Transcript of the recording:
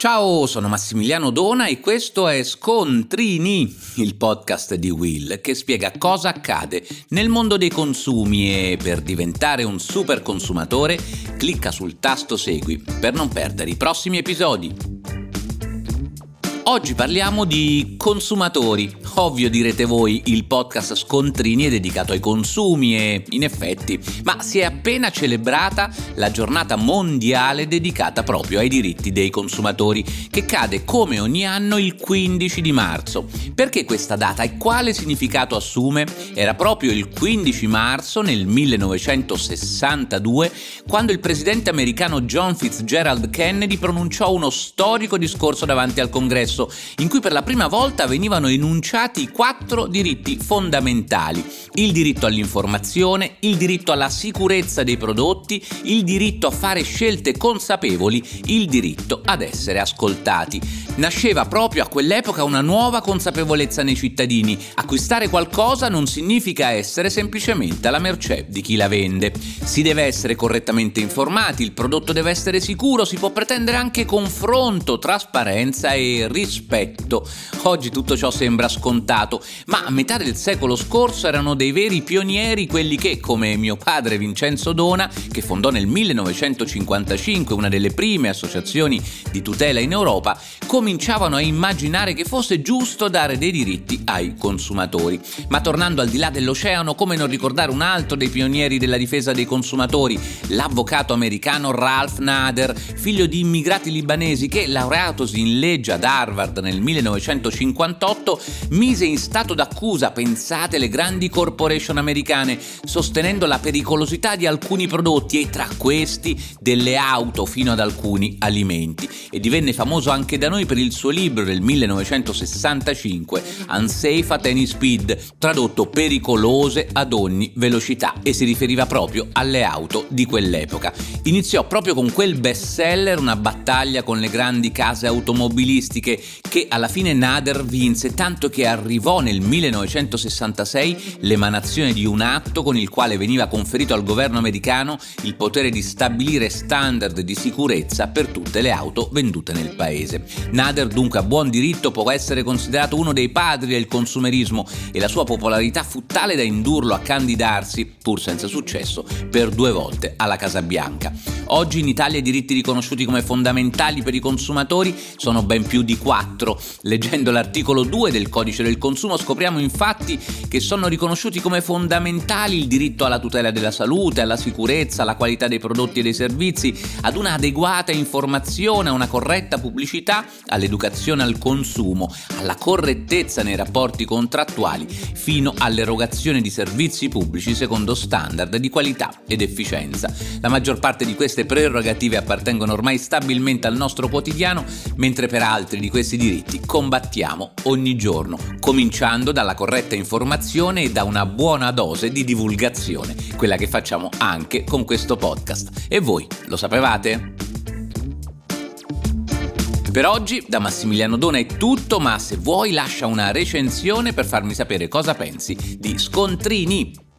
Ciao, sono Massimiliano Dona e questo è Scontrini, il podcast di Will che spiega cosa accade nel mondo dei consumi e per diventare un super consumatore clicca sul tasto Segui per non perdere i prossimi episodi. Oggi parliamo di consumatori. Ovvio, direte voi, il podcast Scontrini è dedicato ai consumi e, in effetti, ma si è appena celebrata la giornata mondiale dedicata proprio ai diritti dei consumatori, che cade come ogni anno il 15 di marzo. Perché questa data e quale significato assume? Era proprio il 15 marzo nel 1962 quando il presidente americano John Fitzgerald Kennedy pronunciò uno storico discorso davanti al Congresso, in cui per la prima volta venivano enunciati 4 diritti fondamentali: il diritto all'informazione, il diritto alla sicurezza dei prodotti, il diritto a fare scelte consapevoli, il diritto ad essere ascoltati. Nasceva proprio a quell'epoca una nuova consapevolezza nei cittadini: acquistare qualcosa non significa essere semplicemente alla mercé di chi la vende. Si deve essere correttamente informati, il prodotto deve essere sicuro, si può pretendere anche confronto, trasparenza e rispetto. Oggi tutto ciò sembra scontato, ma a metà del secolo scorso erano dei veri pionieri quelli che, come mio padre Vincenzo Dona, che fondò nel 1955 una delle prime associazioni di tutela in Europa, cominciavano a immaginare che fosse giusto dare dei diritti ai consumatori. Ma tornando al di là dell'oceano, come non ricordare un altro dei pionieri della difesa dei consumatori, l'avvocato americano Ralph Nader, figlio di immigrati libanesi che, laureatosi in legge ad Harvard nel 1958, mise in stato d'accusa, pensate, le grandi corporation americane, sostenendo la pericolosità di alcuni prodotti e tra questi delle auto fino ad alcuni alimenti, e divenne famoso anche da noi per il suo libro del 1965 Unsafe at Any Speed, tradotto pericolose ad ogni velocità, e si riferiva proprio alle auto di quell'epoca. Iniziò proprio con quel bestseller una battaglia con le grandi case automobilistiche che alla fine Nader vinse, tanto che arrivò nel 1966 l'emanazione di un atto con il quale veniva conferito al governo americano il potere di stabilire standard di sicurezza per tutte le auto vendute nel paese. Nader dunque a buon diritto può essere considerato uno dei padri del consumerismo e la sua popolarità fu tale da indurlo a candidarsi, pur senza successo, per 2 volte alla Casa Bianca. Oggi in Italia i diritti riconosciuti come fondamentali per i consumatori sono ben più di 4. Leggendo l'articolo 2 del Codice del Consumo scopriamo infatti che sono riconosciuti come fondamentali il diritto alla tutela della salute, alla sicurezza, alla qualità dei prodotti e dei servizi, ad una adeguata informazione, a una corretta pubblicità, all'educazione al consumo, alla correttezza nei rapporti contrattuali, fino all'erogazione di servizi pubblici secondo standard di qualità ed efficienza. La maggior parte di queste prerogative appartengono ormai stabilmente al nostro quotidiano, mentre per altri di questi diritti combattiamo ogni giorno, cominciando dalla corretta informazione e da una buona dose di divulgazione, quella che facciamo anche con questo podcast. E voi lo sapevate? Per oggi da Massimiliano Dona è tutto, ma se vuoi lascia una recensione per farmi sapere cosa pensi di Scontrini.